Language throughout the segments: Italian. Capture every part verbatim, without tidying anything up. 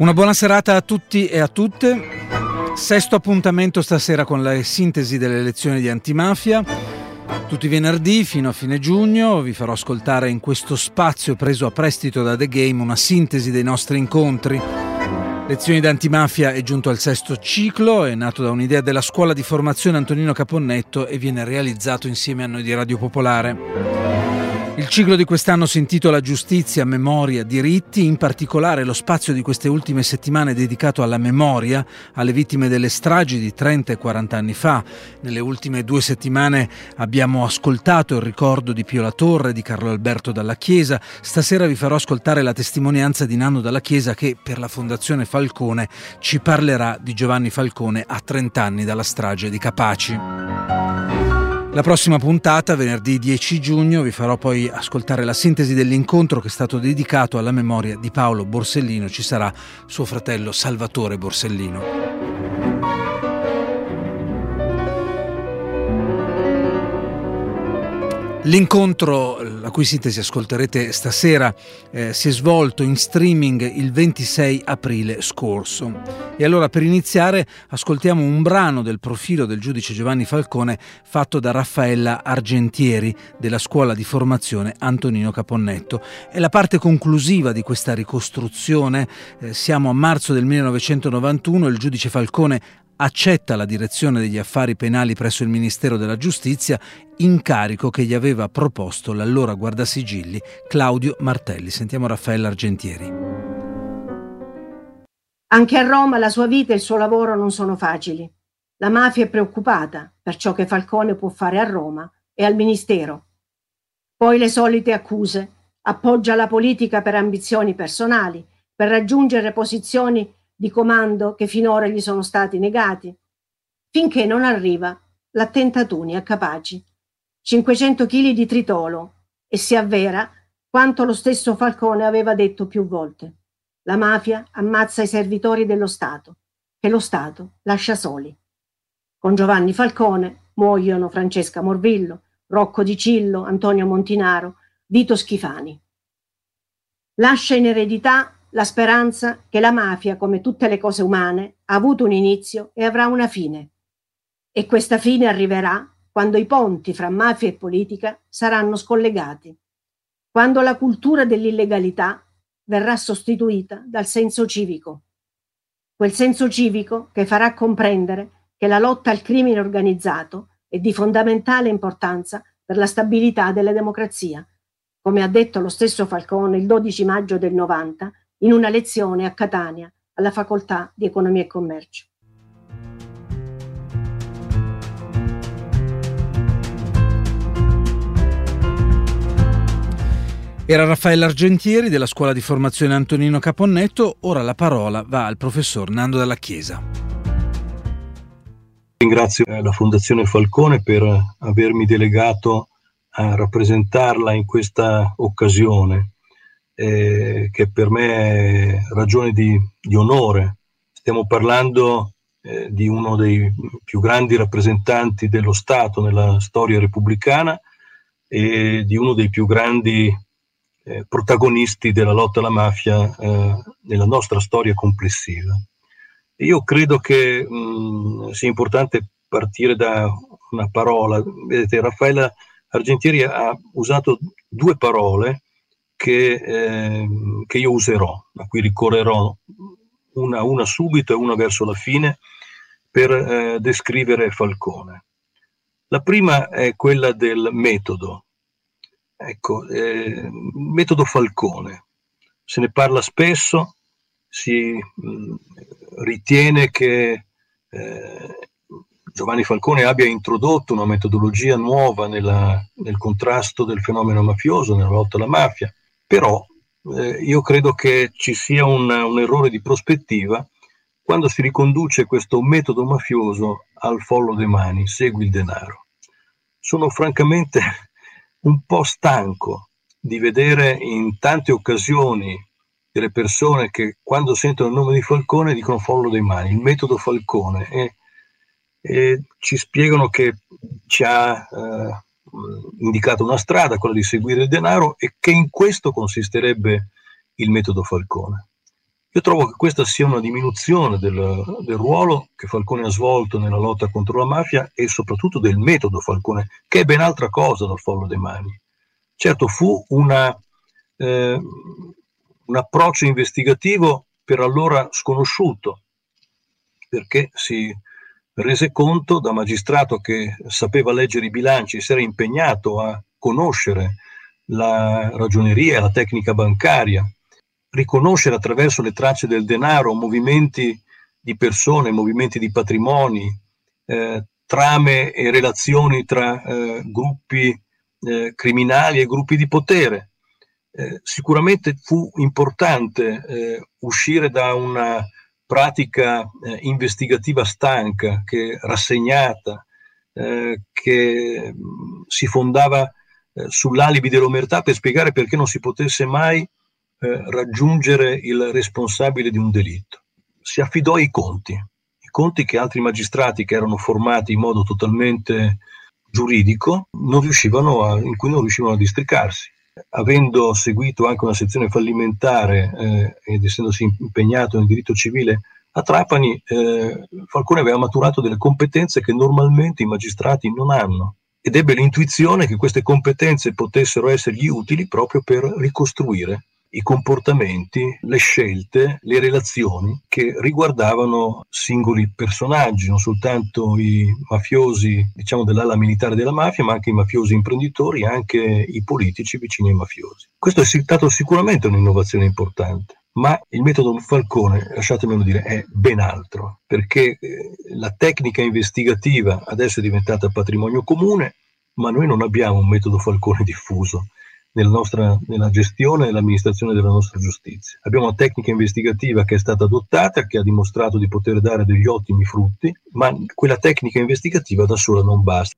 Una buona serata a tutti e a tutte. Sesto appuntamento stasera con la sintesi delle elezioni di Antimafia. Tutti i venerdì fino a fine giugno vi farò ascoltare in questo spazio preso a prestito da The Game una sintesi dei nostri incontri. Lezioni d'Antimafia è giunto al sesto ciclo, è nato da un'idea della scuola di formazione Antonino Caponnetto e viene realizzato insieme a noi di Radio Popolare. Il ciclo di quest'anno si intitola Giustizia, Memoria, Diritti, in particolare lo spazio di queste ultime settimane è dedicato alla memoria, alle vittime delle stragi di trenta e quaranta anni fa. Nelle ultime due settimane abbiamo ascoltato il ricordo di Pio La Torre, di Carlo Alberto Dalla Chiesa. Stasera vi farò ascoltare la testimonianza di Nanno Dalla Chiesa che per la Fondazione Falcone ci parlerà di Giovanni Falcone a trenta anni dalla strage di Capaci. La prossima puntata, venerdì dieci giugno, vi farò poi ascoltare la sintesi dell'incontro che è stato dedicato alla memoria di Paolo Borsellino. Ci sarà suo fratello Salvatore Borsellino. L'incontro, la cui sintesi ascolterete stasera, eh, si è svolto in streaming il ventisei aprile scorso. E allora, per iniziare, ascoltiamo un brano del profilo del giudice Giovanni Falcone fatto da Raffaella Argentieri della scuola di formazione Antonino Caponnetto. È la parte conclusiva di questa ricostruzione. Eh, siamo a marzo del millenovecentonovantuno, il giudice Falcone accetta la direzione degli affari penali presso il Ministero della Giustizia, incarico che gli aveva proposto l'allora guardasigilli Claudio Martelli. Sentiamo Raffaella Argentieri. Anche a Roma la sua vita e il suo lavoro non sono facili. La mafia è preoccupata per ciò che Falcone può fare a Roma e al Ministero. Poi le solite accuse. Appoggia la politica per ambizioni personali, per raggiungere posizioni di comando che finora gli sono stati negati, finché non arriva l'attentatuni a Capaci, cinquecento chili di tritolo, e si avvera quanto lo stesso Falcone aveva detto più volte: la mafia ammazza i servitori dello Stato, che lo Stato lascia soli. Con Giovanni Falcone muoiono Francesca Morvillo, Rocco Di Cillo, Antonio Montinaro, Vito Schifani. Lascia in eredità la speranza che la mafia, come tutte le cose umane, ha avuto un inizio e avrà una fine. E questa fine arriverà quando i ponti fra mafia e politica saranno scollegati, quando la cultura dell'illegalità verrà sostituita dal senso civico. Quel senso civico che farà comprendere che la lotta al crimine organizzato è di fondamentale importanza per la stabilità della democrazia, come ha detto lo stesso Falcone il dodici maggio del novanta, in una lezione a Catania alla Facoltà di Economia e Commercio. Era Raffaella Argentieri della scuola di formazione Antonino Caponnetto. Ora la parola va al professor Nando Dalla Chiesa. Ringrazio la Fondazione Falcone per avermi delegato a rappresentarla in questa occasione. Eh, che per me è ragione di, di onore. Stiamo parlando eh, di uno dei più grandi rappresentanti dello Stato nella storia repubblicana e di uno dei più grandi eh, protagonisti della lotta alla mafia eh, nella nostra storia complessiva. Io credo che mh, sia importante partire da una parola. Vedete, Raffaella Argentieri ha usato due parole Che, eh, che io userò, a cui ricorrerò una, una subito e una verso la fine per eh, descrivere Falcone. La prima è quella del metodo. Ecco, eh, metodo Falcone. Se ne parla spesso, si mh, ritiene che eh, Giovanni Falcone abbia introdotto una metodologia nuova nella, nel contrasto del fenomeno mafioso, nella lotta alla mafia. Però eh, io credo che ci sia un, un errore di prospettiva quando si riconduce questo metodo mafioso al follo dei mani, segui il denaro. Sono francamente un po' stanco di vedere in tante occasioni delle persone che quando sentono il nome di Falcone dicono follo dei mani, il metodo Falcone, e, e ci spiegano che ci ha eh, indicato una strada, quella di seguire il denaro, e che in questo consisterebbe il metodo Falcone. Io trovo che questa sia una diminuzione del, del ruolo che Falcone ha svolto nella lotta contro la mafia e soprattutto del metodo Falcone, che è ben altra cosa dal Follo dei Mani. Certo, fu una, eh, un approccio investigativo per allora sconosciuto, perché si rese conto, da magistrato che sapeva leggere i bilanci e si era impegnato a conoscere la ragioneria e la tecnica bancaria, riconoscere attraverso le tracce del denaro movimenti di persone, movimenti di patrimoni, eh, trame e relazioni tra eh, gruppi eh, criminali e gruppi di potere. Eh, sicuramente fu importante eh, uscire da una pratica eh, investigativa stanca, che rassegnata, eh, che mh, si fondava eh, sull'alibi dell'omertà per spiegare perché non si potesse mai Eh, raggiungere il responsabile di un delitto. Si affidò ai conti, i conti che altri magistrati che erano formati in modo totalmente giuridico non riuscivano a, in cui non riuscivano a districarsi. Avendo seguito anche una sezione fallimentare eh, ed essendosi impegnato nel diritto civile a Trapani, eh, Falcone aveva maturato delle competenze che normalmente i magistrati non hanno ed ebbe l'intuizione che queste competenze potessero essergli utili proprio per ricostruire i comportamenti, le scelte, le relazioni che riguardavano singoli personaggi, non soltanto i mafiosi, diciamo, dell'ala militare della mafia, ma anche i mafiosi imprenditori e anche i politici vicini ai mafiosi. Questo è stato sicuramente un'innovazione importante, ma il metodo Falcone, lasciatemelo dire, è ben altro, perché la tecnica investigativa adesso è diventata patrimonio comune, ma noi non abbiamo un metodo Falcone diffuso nella nostra nella gestione e l'amministrazione della nostra giustizia. Abbiamo una tecnica investigativa che è stata adottata, che ha dimostrato di poter dare degli ottimi frutti, ma quella tecnica investigativa da sola non basta.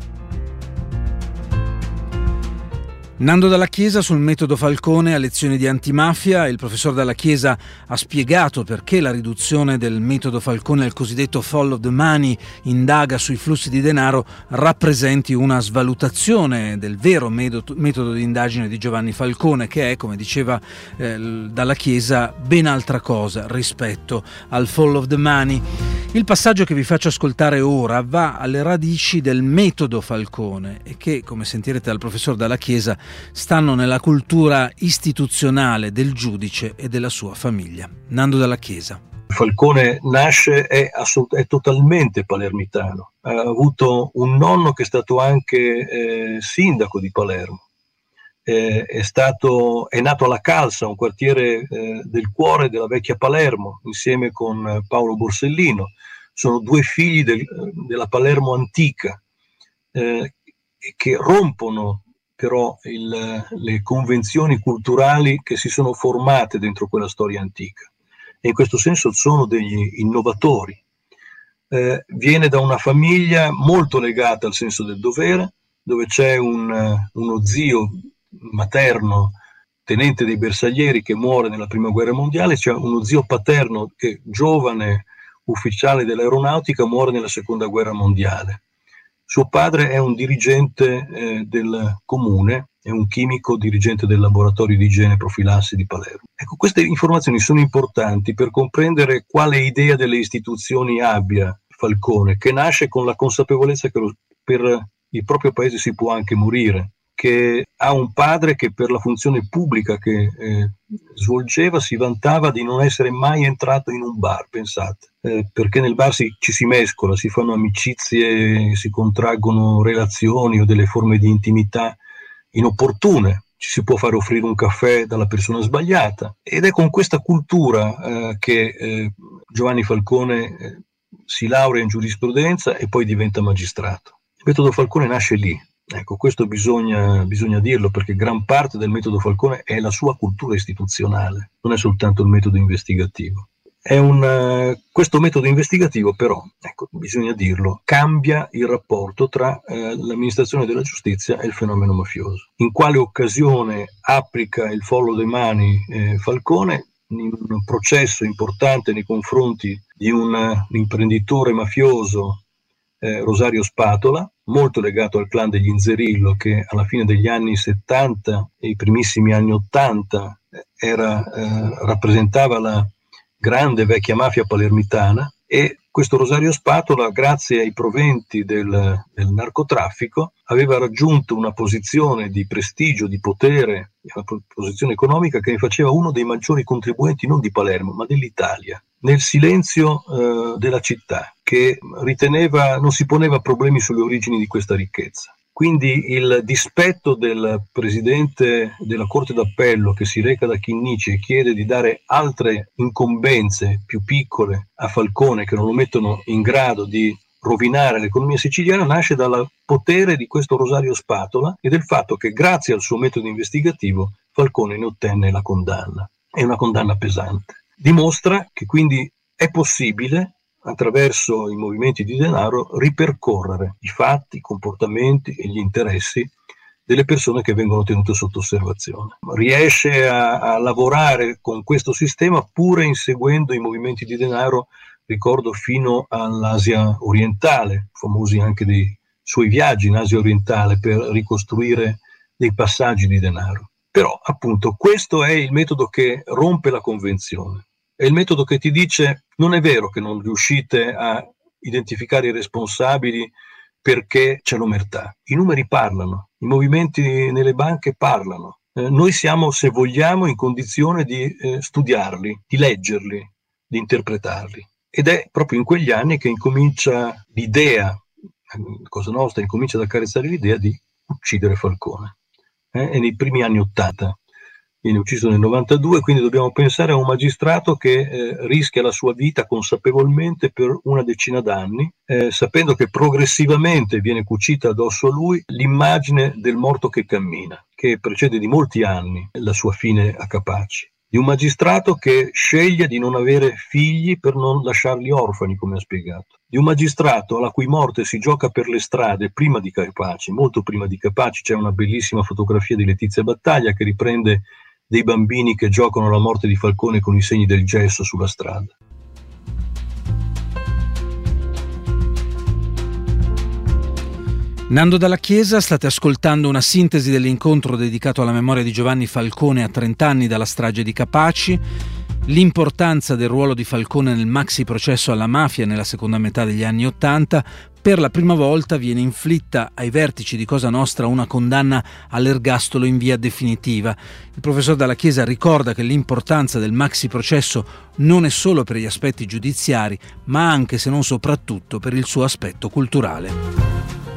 Nando Dalla Chiesa sul metodo Falcone a lezioni di antimafia. Il professor Dalla Chiesa ha spiegato perché la riduzione del metodo Falcone al cosiddetto follow the money, indaga sui flussi di denaro, rappresenti una svalutazione del vero metodo, metodo di indagine di Giovanni Falcone, che è, come diceva eh, Dalla Chiesa, ben altra cosa rispetto al follow the money. Il passaggio che vi faccio ascoltare ora va alle radici del metodo Falcone e che, come sentirete dal professor Dalla Chiesa, stanno nella cultura istituzionale del giudice e della sua famiglia. Nando Dalla Chiesa. Falcone nasce, è, assolut- è totalmente palermitano. Ha avuto un nonno che è stato anche eh, sindaco di Palermo. Eh, è, stato, è nato alla Calza, un quartiere eh, del cuore della vecchia Palermo, insieme con Paolo Borsellino. Sono due figli del, della Palermo antica eh, che rompono però il, le convenzioni culturali che si sono formate dentro quella storia antica e in questo senso sono degli innovatori. Eh, viene da una famiglia molto legata al senso del dovere, dove c'è un, uno zio materno tenente dei bersaglieri che muore nella prima guerra mondiale, c'è uno zio paterno che giovane ufficiale dell'aeronautica muore nella seconda guerra mondiale. Suo padre è un dirigente eh, del comune, è un chimico dirigente del laboratorio di igiene e profilassi di Palermo. Ecco, queste informazioni sono importanti per comprendere quale idea delle istituzioni abbia Falcone, che nasce con la consapevolezza che lo, per il proprio paese si può anche morire, che ha un padre che per la funzione pubblica che eh, svolgeva si vantava di non essere mai entrato in un bar, pensate, eh, perché nel bar si, ci si mescola, si fanno amicizie, si contraggono relazioni o delle forme di intimità inopportune, ci si può fare offrire un caffè dalla persona sbagliata ed è con questa cultura eh, che eh, Giovanni Falcone eh, si laurea in giurisprudenza e poi diventa magistrato. Il metodo Falcone nasce lì. Ecco, questo bisogna, bisogna dirlo, perché gran parte del metodo Falcone è la sua cultura istituzionale, non è soltanto il metodo investigativo. È un, uh, questo metodo investigativo però, ecco, bisogna dirlo, cambia il rapporto tra uh, l'amministrazione della giustizia e il fenomeno mafioso. In quale occasione applica il follow the money eh, Falcone? In un processo importante nei confronti di un uh, imprenditore mafioso, Eh, Rosario Spatola, molto legato al clan degli Inzerillo, che alla fine degli anni settanta e i primissimi anni ottanta era, eh, rappresentava la, grande vecchia mafia palermitana, e questo Rosario Spatola, grazie ai proventi del, del narcotraffico, aveva raggiunto una posizione di prestigio, di potere, una posizione economica che ne faceva uno dei maggiori contribuenti non di Palermo ma dell'Italia, nel silenzio eh, della città, che riteneva, non si poneva problemi sulle origini di questa ricchezza. Quindi il dispetto del presidente della Corte d'Appello che si reca da Chinnici e chiede di dare altre incombenze più piccole a Falcone, che non lo mettono in grado di rovinare l'economia siciliana, nasce dal potere di questo Rosario Spatola e del fatto che grazie al suo metodo investigativo Falcone ne ottenne la condanna. È una condanna pesante. Dimostra che quindi è possibile, attraverso i movimenti di denaro, ripercorrere i fatti, i comportamenti e gli interessi delle persone che vengono tenute sotto osservazione. Riesce a, a lavorare con questo sistema pure inseguendo i movimenti di denaro, ricordo, fino all'Asia orientale, famosi anche dei suoi viaggi in Asia orientale per ricostruire dei passaggi di denaro. Però appunto questo è il metodo che rompe la convenzione. È il metodo che ti dice: non è vero che non riuscite a identificare i responsabili perché c'è l'omertà. I numeri parlano, i movimenti nelle banche parlano. Eh, noi siamo, se vogliamo, in condizione di eh, studiarli, di leggerli, di interpretarli. Ed è proprio in quegli anni che incomincia l'idea, Cosa Nostra incomincia ad accarezzare l'idea di uccidere Falcone. Eh, è nei primi anni Ottanta. Viene ucciso nel novantadue, quindi dobbiamo pensare a un magistrato che eh, rischia la sua vita consapevolmente per una decina d'anni, eh, sapendo che progressivamente viene cucita addosso a lui l'immagine del morto che cammina, che precede di molti anni la sua fine a Capaci. Di un magistrato che sceglie di non avere figli per non lasciarli orfani, come ha spiegato. Di un magistrato alla cui morte si gioca per le strade prima di Capaci, molto prima di Capaci. C'è una bellissima fotografia di Letizia Battaglia che riprende dei bambini che giocano alla morte di Falcone con i segni del gesso sulla strada. Nando Dalla Chiesa, state ascoltando una sintesi dell'incontro dedicato alla memoria di Giovanni Falcone a trent'anni dalla strage di Capaci, l'importanza del ruolo di Falcone nel maxi processo alla mafia nella seconda metà degli anni Ottanta. Per la prima volta viene inflitta ai vertici di Cosa Nostra una condanna all'ergastolo in via definitiva. Il professor Dalla Chiesa ricorda che l'importanza del maxi processo non è solo per gli aspetti giudiziari, ma anche, se non soprattutto, per il suo aspetto culturale.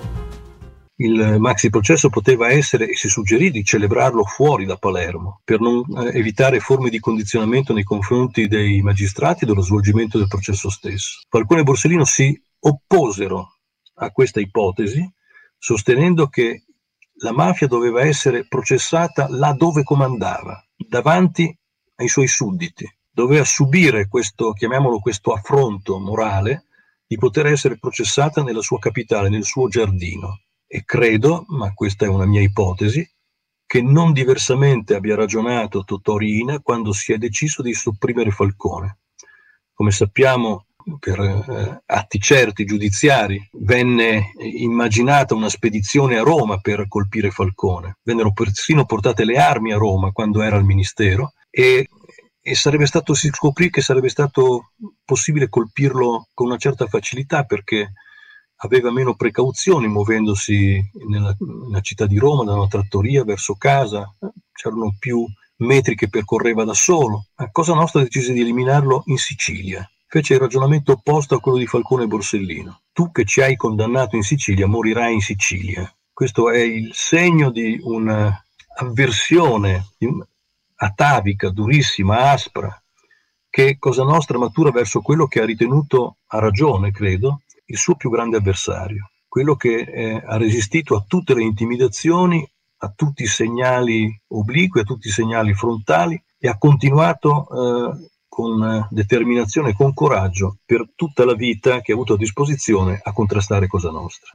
Il maxi processo poteva essere, e si suggerì, di celebrarlo fuori da Palermo per non eh, evitare forme di condizionamento nei confronti dei magistrati e dello svolgimento del processo stesso. Falcone e Borsellino si opposero a questa ipotesi, sostenendo che la mafia doveva essere processata là dove comandava, davanti ai suoi sudditi. Doveva subire questo, chiamiamolo questo affronto morale, di poter essere processata nella sua capitale, nel suo giardino. E credo, ma questa è una mia ipotesi, che non diversamente abbia ragionato Totò Riina quando si è deciso di sopprimere Falcone. Come sappiamo, per eh, atti certi giudiziari, venne immaginata una spedizione a Roma per colpire Falcone. Vennero persino portate le armi a Roma quando era al Ministero e, e sarebbe stato, si scoprì che sarebbe stato possibile colpirlo con una certa facilità perché aveva meno precauzioni muovendosi nella, nella città di Roma, da una trattoria verso casa, c'erano più metri che percorreva da solo. A Cosa Nostra decise di eliminarlo in Sicilia. Fece il ragionamento opposto a quello di Falcone e Borsellino. Tu che ci hai condannato in Sicilia morirai in Sicilia. Questo è il segno di un'avversione atavica, durissima, aspra, che Cosa Nostra matura verso quello che ha ritenuto, a ragione credo, il suo più grande avversario, quello che eh, ha resistito a tutte le intimidazioni, a tutti i segnali obliqui, a tutti i segnali frontali e ha continuato eh, con eh, determinazione e con coraggio per tutta la vita che ha avuto a disposizione a contrastare Cosa Nostra.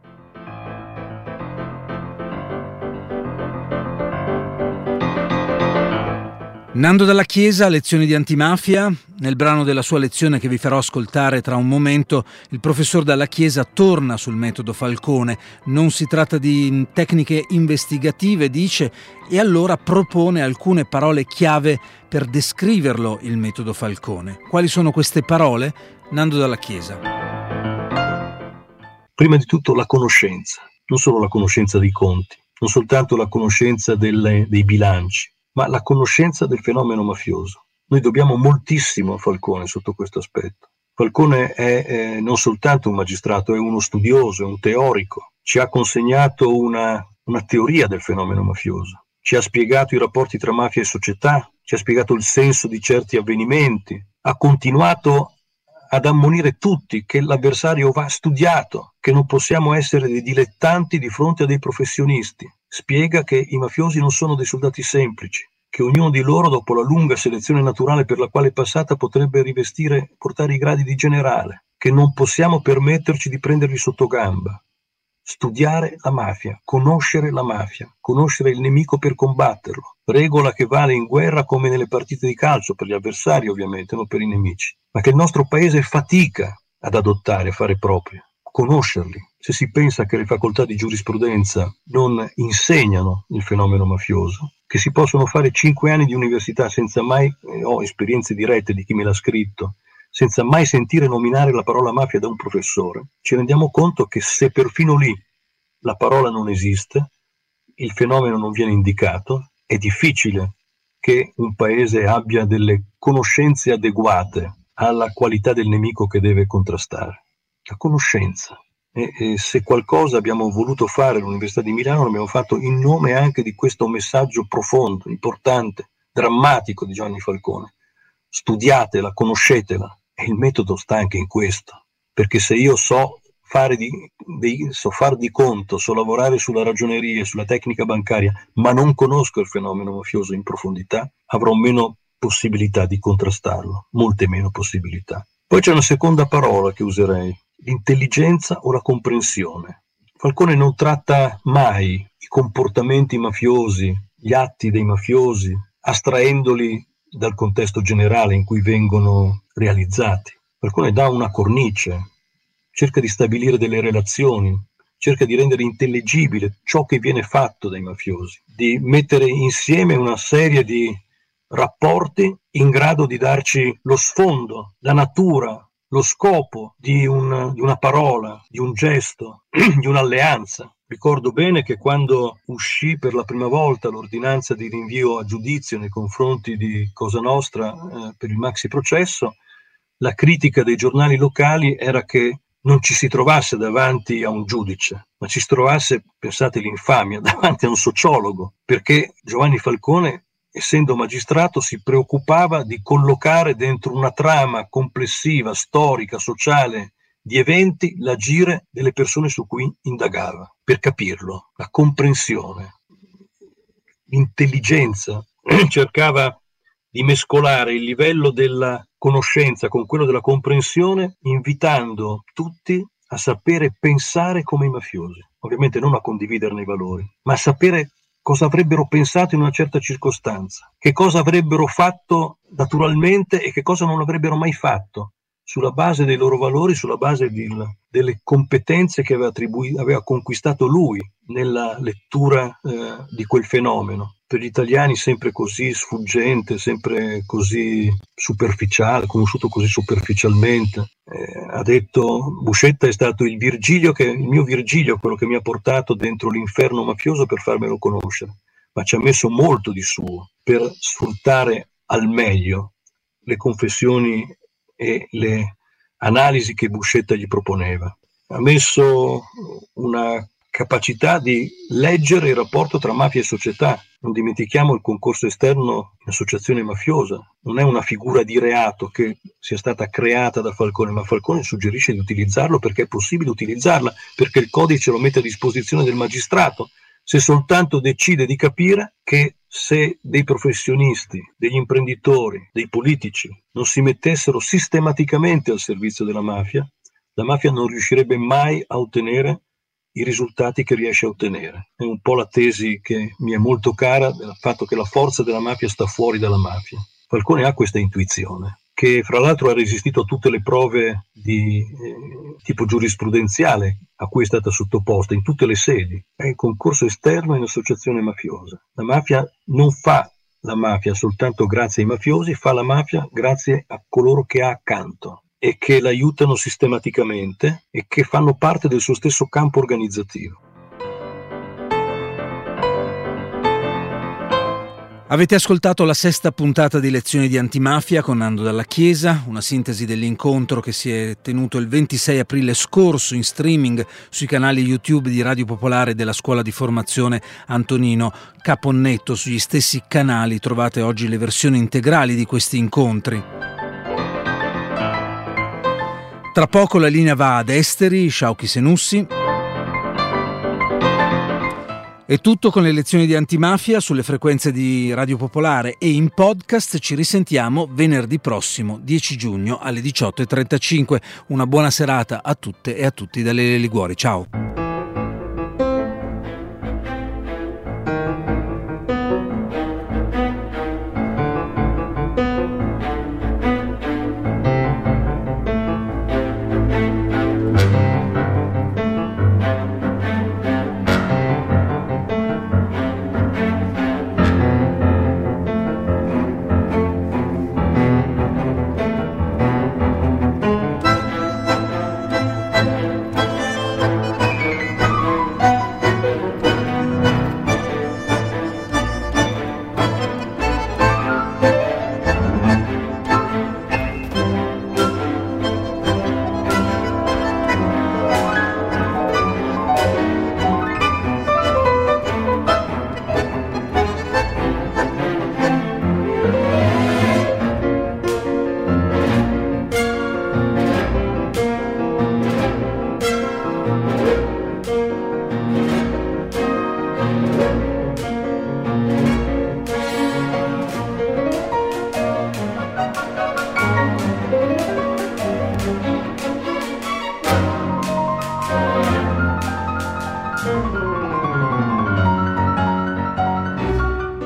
Nando Dalla Chiesa, lezioni di antimafia. Nel brano della sua lezione che vi farò ascoltare tra un momento, il professor Dalla Chiesa torna sul metodo Falcone. Non si tratta di tecniche investigative, dice, e allora propone alcune parole chiave per descriverlo, il metodo Falcone. Quali sono queste parole? Nando Dalla Chiesa. Prima di tutto la conoscenza, non solo la conoscenza dei conti, non soltanto la conoscenza delle, dei bilanci, ma la conoscenza del fenomeno mafioso. Noi dobbiamo moltissimo a Falcone sotto questo aspetto. Falcone è eh, non soltanto un magistrato, è uno studioso, è un teorico. Ci ha consegnato una, una teoria del fenomeno mafioso. Ci ha spiegato i rapporti tra mafia e società, ci ha spiegato il senso di certi avvenimenti. Ha continuato ad ammonire tutti che l'avversario va studiato, che non possiamo essere dei dilettanti di fronte a dei professionisti. Spiega che i mafiosi non sono dei soldati semplici, che ognuno di loro, dopo la lunga selezione naturale per la quale è passata, potrebbe rivestire, portare i gradi di generale, che non possiamo permetterci di prenderli sotto gamba. Studiare la mafia, conoscere la mafia, conoscere il nemico per combatterlo, regola che vale in guerra come nelle partite di calcio, per gli avversari ovviamente, non per i nemici, ma che il nostro paese fatica ad adottare, a fare proprie. Conoscerli. Se si pensa che le facoltà di giurisprudenza non insegnano il fenomeno mafioso, che si possono fare cinque anni di università senza mai, eh, ho esperienze dirette di chi me l'ha scritto, senza mai sentire nominare la parola mafia da un professore, ci rendiamo conto che se perfino lì la parola non esiste, il fenomeno non viene indicato, è difficile che un paese abbia delle conoscenze adeguate alla qualità del nemico che deve contrastare. La conoscenza. E, e se qualcosa abbiamo voluto fare all'Università di Milano, l'abbiamo fatto in nome anche di questo messaggio profondo, importante, drammatico di Giovanni Falcone. Studiatela, conoscetela. E il metodo sta anche in questo. Perché se io so fare di, di, so far di conto, so lavorare sulla ragioneria, sulla tecnica bancaria, ma non conosco il fenomeno mafioso in profondità, avrò meno possibilità di contrastarlo, molte meno possibilità. Poi c'è una seconda parola che userei, l'intelligenza o la comprensione. Falcone non tratta mai i comportamenti mafiosi, gli atti dei mafiosi, astraendoli dal contesto generale in cui vengono realizzati. Falcone dà una cornice, cerca di stabilire delle relazioni, cerca di rendere intellegibile ciò che viene fatto dai mafiosi, di mettere insieme una serie di rapporti in grado di darci lo sfondo, la natura, lo scopo di, un, di una parola, di un gesto, di un'alleanza. Ricordo bene che quando uscì per la prima volta l'ordinanza di rinvio a giudizio nei confronti di Cosa Nostra eh, per il maxi processo, la critica dei giornali locali era che non ci si trovasse davanti a un giudice, ma ci si trovasse, pensate l'infamia, davanti a un sociologo, perché Giovanni Falcone, essendo magistrato, si preoccupava di collocare dentro una trama complessiva, storica, sociale, di eventi, l'agire delle persone su cui indagava, per capirlo, la comprensione, l'intelligenza. Cercava di mescolare il livello della conoscenza con quello della comprensione, invitando tutti a sapere pensare come i mafiosi. Ovviamente non a condividerne i valori, ma a sapere cosa avrebbero pensato in una certa circostanza, che cosa avrebbero fatto naturalmente e che cosa non avrebbero mai fatto, sulla base dei loro valori, sulla base di, delle competenze che aveva, attribuito, aveva conquistato lui nella lettura eh, di quel fenomeno. Per gli italiani sempre così sfuggente, sempre così superficiale, conosciuto così superficialmente. Eh, ha detto, Buscetta è stato il Virgilio, che, il mio Virgilio, quello che mi ha portato dentro l'inferno mafioso per farmelo conoscere, ma ci ha messo molto di suo per sfruttare al meglio le confessioni e le analisi che Buscetta gli proponeva. Ha messo una capacità di leggere il rapporto tra mafia e società. Non dimentichiamo il concorso esterno in associazione mafiosa. Non è una figura di reato che sia stata creata da Falcone, ma Falcone suggerisce di utilizzarlo perché è possibile utilizzarla, perché il codice lo mette a disposizione del magistrato, se soltanto decide di capire che se dei professionisti, degli imprenditori, dei politici non si mettessero sistematicamente al servizio della mafia, la mafia non riuscirebbe mai a ottenere i risultati che riesce a ottenere. È un po' la tesi che mi è molto cara, del fatto che la forza della mafia sta fuori dalla mafia. Falcone ha questa intuizione, che fra l'altro ha resistito a tutte le prove di eh, tipo giurisprudenziale a cui è stata sottoposta in tutte le sedi. È in concorso esterno in associazione mafiosa. La mafia non fa la mafia soltanto grazie ai mafiosi, fa la mafia grazie a coloro che ha accanto e che l'aiutano sistematicamente e che fanno parte del suo stesso campo organizzativo. Avete ascoltato la sesta puntata di Lezioni di Antimafia con Nando Dalla Chiesa, una sintesi dell'incontro che si è tenuto il ventisei aprile scorso in streaming sui canali YouTube di Radio Popolare e della Scuola di Formazione Antonino Caponnetto. Sugli stessi canali trovate oggi le versioni integrali di questi incontri. Tra poco la linea va ad Esteri, Sciauchi Senussi. È tutto con le lezioni di Antimafia sulle frequenze di Radio Popolare e in podcast. Ci risentiamo venerdì prossimo, dieci giugno alle diciotto e trentacinque. Una buona serata a tutte e a tutti da Lele Liguori. Ciao.